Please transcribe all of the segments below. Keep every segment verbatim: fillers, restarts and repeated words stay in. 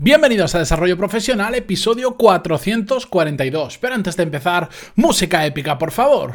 Bienvenidos a Desarrollo Profesional, episodio cuatrocientos cuarenta y dos. Pero antes de empezar, música épica, por favor.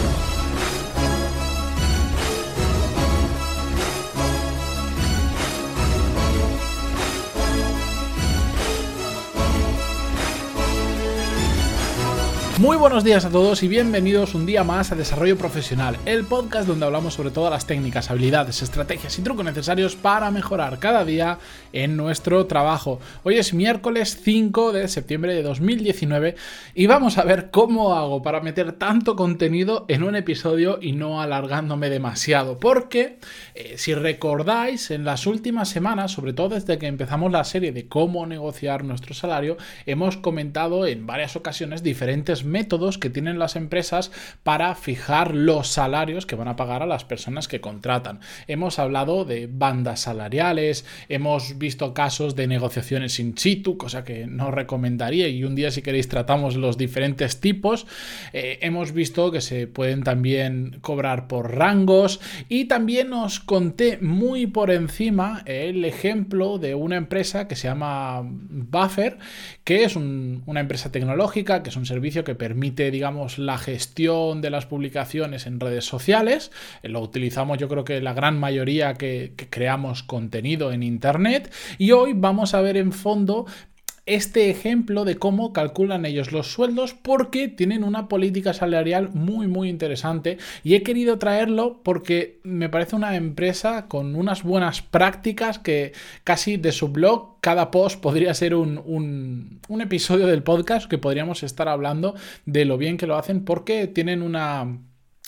Muy buenos días a todos y bienvenidos un día más a Desarrollo Profesional, el podcast donde hablamos sobre todas las técnicas, habilidades, estrategias y trucos necesarios para mejorar cada día en nuestro trabajo. Hoy es miércoles cinco de septiembre de dos mil diecinueve y vamos a ver cómo hago para meter tanto contenido en un episodio y no alargándome demasiado. Porque eh, si recordáis, en las últimas semanas, sobre todo desde que empezamos la serie de cómo negociar nuestro salario, hemos comentado en varias ocasiones diferentes métodos que tienen las empresas para fijar los salarios que van a pagar a las personas que contratan. Hemos hablado de bandas salariales, hemos visto casos de negociaciones in situ, cosa que no recomendaría, y un día si queréis tratamos los diferentes tipos. Eh, hemos visto que se pueden también cobrar por rangos y también os conté muy por encima el ejemplo de una empresa que se llama Buffer, que es un, una empresa tecnológica, que es un servicio que permite, digamos, la gestión de las publicaciones en redes sociales. Lo utilizamos yo creo que la gran mayoría que, que creamos contenido en internet, y hoy vamos a ver en fondo este ejemplo de cómo calculan ellos los sueldos, porque tienen una política salarial muy muy interesante y he querido traerlo porque me parece una empresa con unas buenas prácticas que casi de su blog cada post podría ser un, un, un episodio del podcast que podríamos estar hablando de lo bien que lo hacen, porque tienen una...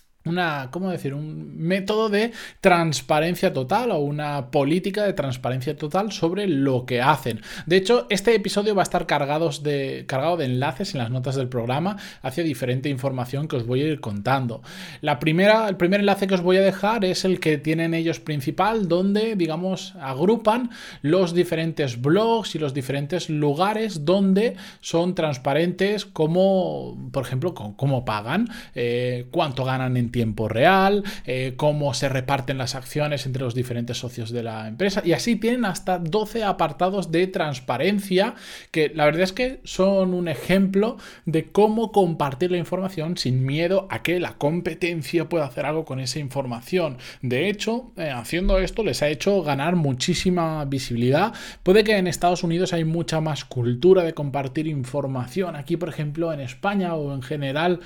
Una, ¿cómo decir? Un método de transparencia total o una política de transparencia total sobre lo que hacen. De hecho, este episodio va a estar cargados de, cargado de enlaces en las notas del programa hacia diferente información que os voy a ir contando. La primera, el primer enlace que os voy a dejar es el que tienen ellos principal, donde, digamos, agrupan los diferentes blogs y los diferentes lugares donde son transparentes, como, por ejemplo, cómo pagan, eh, cuánto ganan en tiempo real, eh, cómo se reparten las acciones entre los diferentes socios de la empresa, y así tienen hasta doce apartados de transparencia que la verdad es que son un ejemplo de cómo compartir la información sin miedo a que la competencia pueda hacer algo con esa información. De hecho, eh, haciendo esto les ha hecho ganar muchísima visibilidad. Puede que en Estados Unidos hay mucha más cultura de compartir información. Aquí, por ejemplo, en España o en general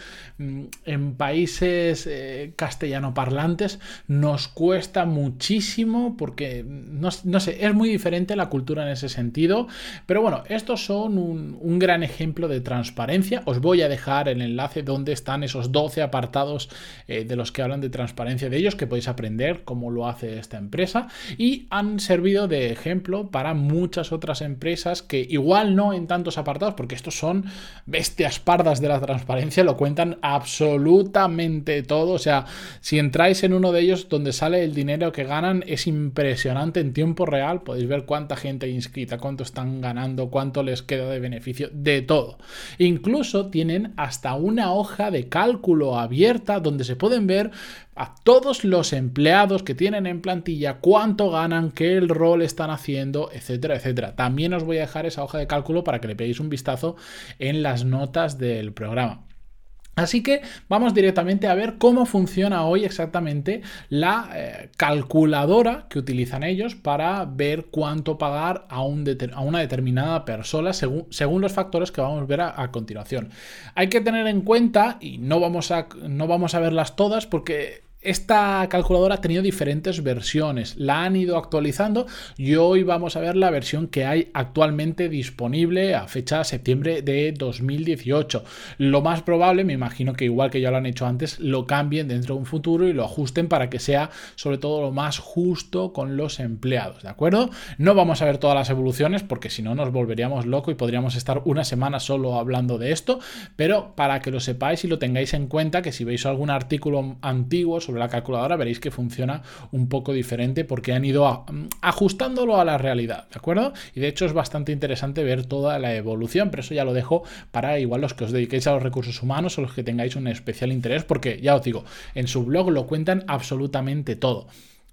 en países eh, castellano parlantes nos cuesta muchísimo porque no, no sé, es muy diferente la cultura en ese sentido. Pero bueno, estos son un, un gran ejemplo de transparencia. Os voy a dejar el enlace donde están esos doce apartados eh, de los que hablan de transparencia de ellos, que podéis aprender cómo lo hace esta empresa, y han servido de ejemplo para muchas otras empresas que igual no en tantos apartados, porque estos son bestias pardas de la transparencia, lo cuentan absolutamente todo. O sea, si entráis en uno de ellos donde sale el dinero que ganan, es impresionante en tiempo real. Podéis ver cuánta gente hay inscrita, cuánto están ganando, cuánto les queda de beneficio, de todo. Incluso tienen hasta una hoja de cálculo abierta donde se pueden ver a todos los empleados que tienen en plantilla, cuánto ganan, qué el rol están haciendo, etcétera, etcétera. También os voy a dejar esa hoja de cálculo para que le peguéis un vistazo en las notas del programa. Así que vamos directamente a ver cómo funciona hoy exactamente la eh, calculadora que utilizan ellos para ver cuánto pagar a, un deter- a una determinada persona según, según los factores que vamos a ver a, a continuación. Hay que tener en cuenta, y no vamos a, no vamos a verlas todas porque esta calculadora ha tenido diferentes versiones, la han ido actualizando y hoy vamos a ver la versión que hay actualmente disponible a fecha de septiembre de dos mil dieciocho. Lo más probable, me imagino que igual que ya lo han hecho antes, lo cambien dentro de un futuro y lo ajusten para que sea sobre todo lo más justo con los empleados, ¿de acuerdo? No vamos a ver todas las evoluciones porque si no nos volveríamos locos y podríamos estar una semana solo hablando de esto, pero para que lo sepáis y lo tengáis en cuenta, que si veis algún artículo antiguo sobre la calculadora veréis que funciona un poco diferente porque han ido a, ajustándolo a la realidad, ¿de acuerdo? Y de hecho es bastante interesante ver toda la evolución, pero eso ya lo dejo para igual los que os dediquéis a los recursos humanos o los que tengáis un especial interés, porque ya os digo, en su blog lo cuentan absolutamente todo.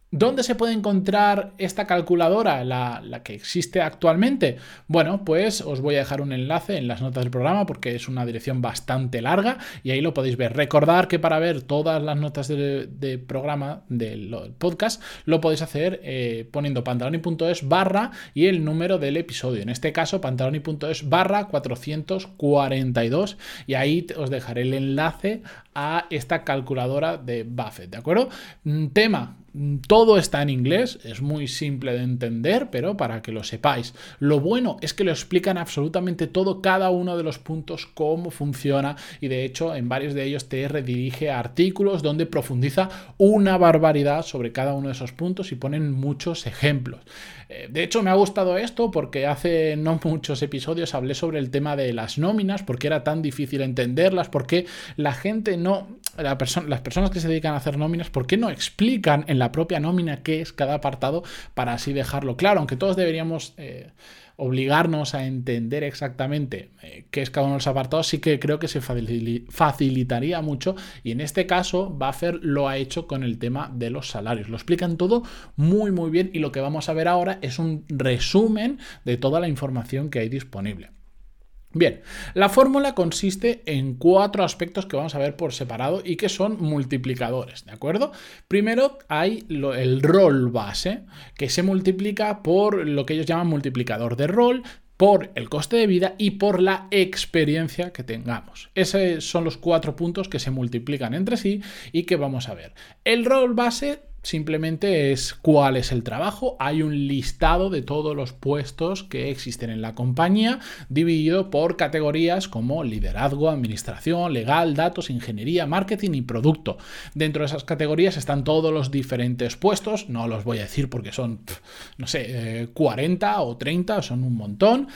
¿Dónde se puede encontrar esta calculadora, la, la que existe actualmente? Bueno, pues os voy a dejar un enlace en las notas del programa porque es una dirección bastante larga y ahí lo podéis ver. Recordad que para ver todas las notas de, de programa del podcast lo podéis hacer eh, poniendo pantaloni.es barra y el número del episodio. En este caso, pantaloni.es barra cuatrocientos cuarenta y dos y ahí os dejaré el enlace a esta calculadora de Buffett, ¿de acuerdo? Tema. Todo está en inglés, es muy simple de entender, pero para que lo sepáis. Lo bueno es que lo explican absolutamente todo, cada uno de los puntos, cómo funciona, y de hecho en varios de ellos te redirige a artículos donde profundiza una barbaridad sobre cada uno de esos puntos y ponen muchos ejemplos. De hecho, me ha gustado esto porque hace no muchos episodios hablé sobre el tema de las nóminas, porque era tan difícil entenderlas, porque la gente no... La perso- las personas que se dedican a hacer nóminas, ¿por qué no explican en la propia nómina qué es cada apartado para así dejarlo claro? Aunque todos deberíamos eh, obligarnos a entender exactamente eh, qué es cada uno de los apartados, sí que creo que se facil- facilitaría mucho y en este caso Buffett lo ha hecho con el tema de los salarios. Lo explican todo muy muy bien y lo que vamos a ver ahora es un resumen de toda la información que hay disponible. Bien, la fórmula consiste en cuatro aspectos que vamos a ver por separado y que son multiplicadores, ¿de acuerdo? Primero hay lo, el rol base, que se multiplica por lo que ellos llaman multiplicador de rol, por el coste de vida y por la experiencia que tengamos. Esos son los cuatro puntos que se multiplican entre sí y que vamos a ver. El rol base simplemente es cuál es el trabajo. Hay un listado de todos los puestos que existen en la compañía, dividido por categorías como liderazgo, administración, legal, datos, ingeniería, marketing y producto. Dentro de esas categorías están todos los diferentes puestos. No los voy a decir porque son, no sé, cuarenta o treinta, son un montón.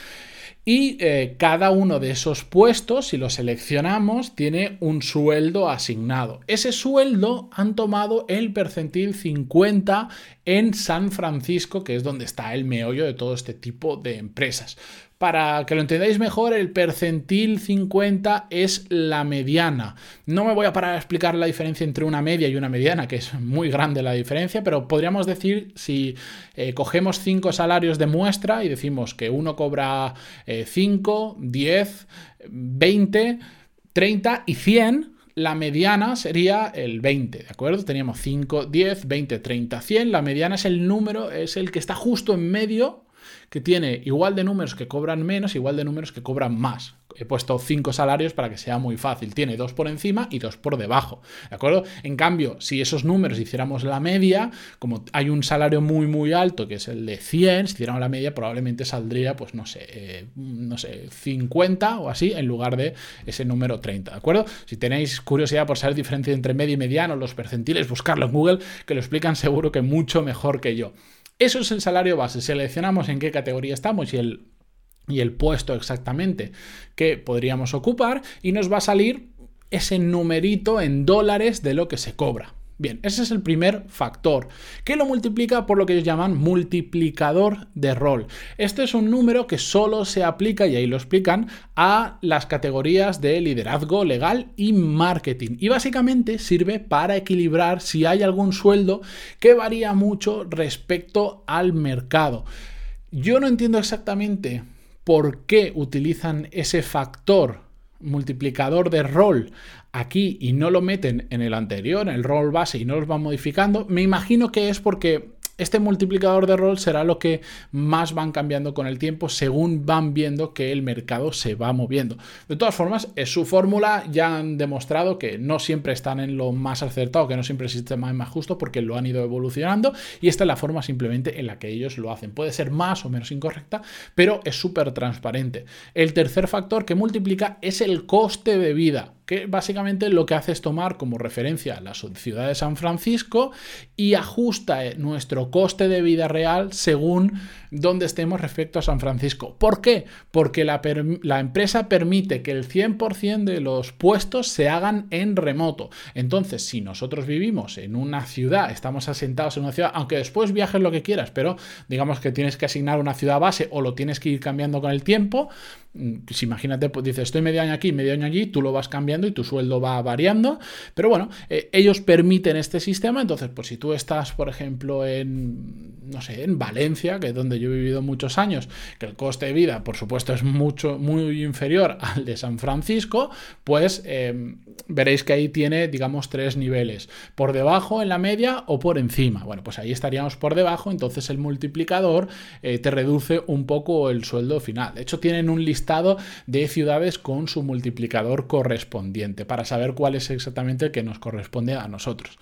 Y eh, cada uno de esos puestos, si los seleccionamos, tiene un sueldo asignado. Ese sueldo han tomado el percentil cincuenta en San Francisco, que es donde está el meollo de todo este tipo de empresas. Para que lo entendáis mejor, el percentil cincuenta es la mediana. No me voy a parar a explicar la diferencia entre una media y una mediana, que es muy grande la diferencia, pero podríamos decir, si eh, cogemos cinco salarios de muestra y decimos que uno cobra eh, cinco, diez, veinte, treinta y cien, la mediana sería el veinte, ¿de acuerdo? Teníamos cinco, diez, veinte, treinta, cien. La mediana es el número, es el que está justo en medio, que tiene igual de números que cobran menos, igual de números que cobran más. He puesto cinco salarios para que sea muy fácil. Tiene dos por encima y dos por debajo, ¿de acuerdo? En cambio, si esos números hiciéramos la media, como hay un salario muy muy alto que es el de cien, si hiciéramos la media probablemente saldría, pues no sé, eh, no sé, cincuenta o así en lugar de ese número treinta, ¿de acuerdo? Si tenéis curiosidad por saber diferencia entre medio y mediano, los percentiles, buscarlo en Google, que lo explican seguro que mucho mejor que yo. Eso es el salario base. Seleccionamos en qué categoría estamos y el, y el puesto exactamente que podríamos ocupar y nos va a salir ese numerito en dólares de lo que se cobra. Bien, ese es el primer factor, que lo multiplica por lo que ellos llaman multiplicador de rol. Este es un número que solo se aplica, y ahí lo explican, a las categorías de liderazgo, legal y marketing. Y básicamente sirve para equilibrar si hay algún sueldo que varía mucho respecto al mercado. Yo no entiendo exactamente por qué utilizan ese factor multiplicador de rol aquí y no lo meten en el anterior, en el rol base, y no los van modificando. Me imagino que es porque este multiplicador de rol será lo que más van cambiando con el tiempo según van viendo que el mercado se va moviendo. De todas formas, es su fórmula, ya han demostrado que no siempre están en lo más acertado, que no siempre es el sistema más justo porque lo han ido evolucionando y esta es la forma simplemente en la que ellos lo hacen. Puede ser más o menos incorrecta, pero es súper transparente. El tercer factor que multiplica es el coste de vida, que básicamente lo que hace es tomar como referencia la ciudad de San Francisco y ajusta nuestro coste de vida real según donde estemos respecto a San Francisco. ¿Por qué? Porque la, la empresa permite que el cien por ciento de los puestos se hagan en remoto. Entonces, si nosotros vivimos en una ciudad, estamos asentados en una ciudad, aunque después viajes lo que quieras, pero digamos que tienes que asignar una ciudad base o lo tienes que ir cambiando con el tiempo, Pues imagínate, pues dices, estoy medio año aquí, medio año allí, tú lo vas cambiando y tu sueldo va variando, pero bueno, eh, ellos permiten este sistema. Entonces, pues si tú estás, por ejemplo, en, no sé, en Valencia, que es donde yo he vivido muchos años, que el coste de vida, por supuesto, es mucho, muy inferior al de San Francisco, pues eh, veréis que ahí tiene, digamos, tres niveles, por debajo, en la media o por encima. Bueno, pues ahí estaríamos por debajo, entonces el multiplicador eh, te reduce un poco el sueldo final. De hecho, tienen un listado de ciudades con su multiplicador correspondiente para saber cuál es exactamente el que nos corresponde a nosotros.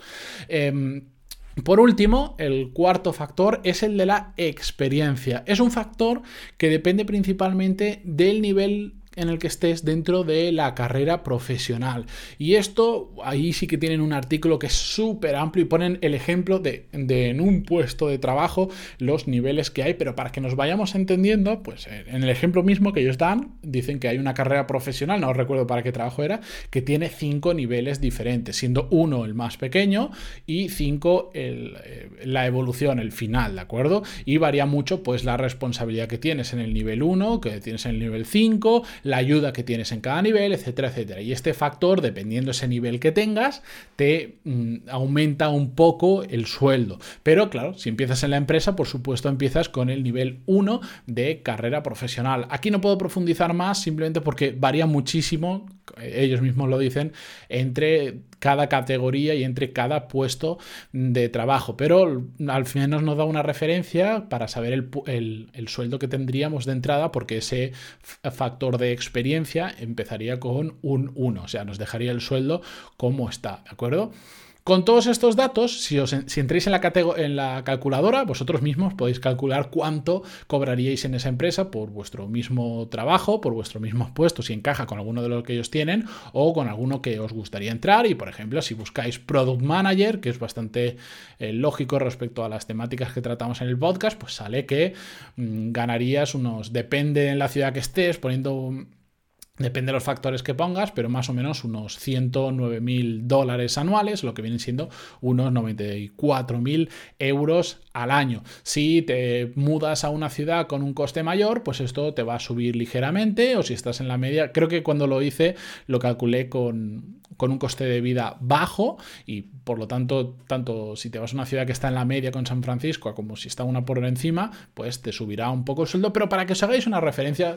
Eh, Por último, el cuarto factor es el de la experiencia. Es un factor que depende principalmente del nivel en el que estés dentro de la carrera profesional. Y esto, ahí sí que tienen un artículo que es súper amplio y ponen el ejemplo de, de en un puesto de trabajo los niveles que hay, pero para que nos vayamos entendiendo, pues en el ejemplo mismo que ellos dan, dicen que hay una carrera profesional, no recuerdo para qué trabajo era, que tiene cinco niveles diferentes, siendo uno el más pequeño y cinco el, la evolución, el final, ¿de acuerdo? Y varía mucho pues la responsabilidad que tienes en el nivel uno, que tienes en el nivel cinco, la ayuda que tienes en cada nivel, etcétera, etcétera. Y este factor, dependiendo ese nivel que tengas, te mm, aumenta un poco el sueldo. Pero claro, si empiezas en la empresa, por supuesto empiezas con el nivel uno de carrera profesional. Aquí no puedo profundizar más, simplemente porque varía muchísimo, ellos mismos lo dicen, entre cada categoría y entre cada puesto de trabajo, pero al menos nos da una referencia para saber el, el, el sueldo que tendríamos de entrada, porque ese factor de experiencia empezaría con un uno, o sea, nos dejaría el sueldo como está, ¿de acuerdo? Con todos estos datos, si, os, si entréis en la, en la calculadora, vosotros mismos podéis calcular cuánto cobraríais en esa empresa por vuestro mismo trabajo, por vuestro mismo puesto, si encaja con alguno de los que ellos tienen o con alguno que os gustaría entrar. Y, por ejemplo, si buscáis Product Manager, que es bastante eh, lógico respecto a las temáticas que tratamos en el podcast, pues sale que mmm, ganarías unos, depende en la ciudad que estés, poniendo... Depende de los factores que pongas, pero más o menos unos ciento nueve mil dólares anuales, lo que vienen siendo unos noventa y cuatro mil euros al año. Si te mudas a una ciudad con un coste mayor, pues esto te va a subir ligeramente, o si estás en la media, creo que cuando lo hice lo calculé con, con un coste de vida bajo y por lo tanto, tanto si te vas a una ciudad que está en la media con San Francisco como si está una por encima, pues te subirá un poco el sueldo, pero para que os hagáis una referencia,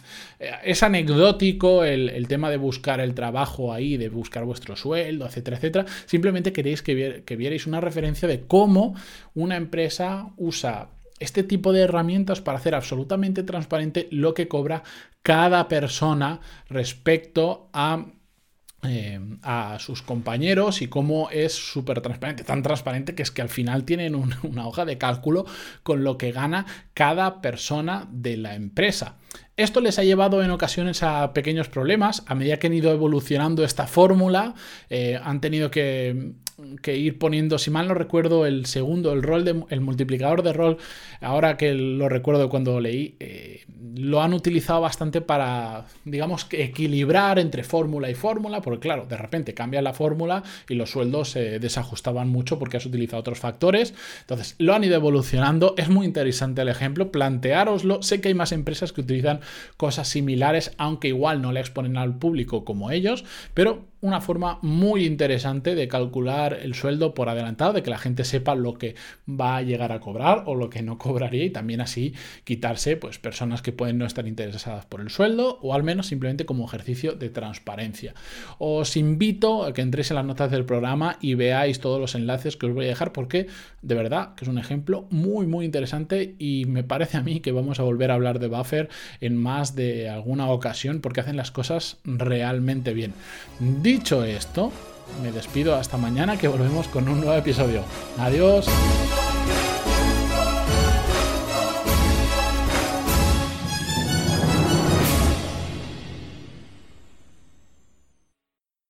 es anecdótico El, el tema de buscar el trabajo ahí, de buscar vuestro sueldo, etcétera, etcétera. Simplemente queréis que, vier, que vierais una referencia de cómo una empresa usa este tipo de herramientas para hacer absolutamente transparente lo que cobra cada persona respecto a Eh, a sus compañeros y cómo es súper transparente, tan transparente que es que al final tienen un, una hoja de cálculo con lo que gana cada persona de la empresa. Esto les ha llevado en ocasiones a pequeños problemas. A medida que han ido evolucionando esta fórmula, eh, han tenido que, que ir poniendo, si mal no recuerdo, el segundo, el rol de, el multiplicador de rol, ahora que lo recuerdo cuando leí, eh, lo han utilizado bastante para, digamos, equilibrar entre fórmula y fórmula, porque claro, de repente cambia la fórmula y los sueldos se desajustaban mucho porque has utilizado otros factores. Entonces, lo han ido evolucionando. Es muy interesante el ejemplo, planteároslo. Sé que hay más empresas que utilizan cosas similares, aunque igual no le exponen al público como ellos, pero una forma muy interesante de calcular el sueldo por adelantado, de que la gente sepa lo que va a llegar a cobrar o lo que no cobraría, y también así quitarse pues personas que pueden no estar interesadas por el sueldo, o al menos simplemente como ejercicio de transparencia. Os invito a que entréis en las notas del programa y veáis todos los enlaces que os voy a dejar, porque de verdad que es un ejemplo muy muy interesante, y me parece a mí que vamos a volver a hablar de Buffer en más de alguna ocasión, porque hacen las cosas realmente bien. Dicho esto, me despido hasta mañana, que volvemos con un nuevo episodio. Adiós.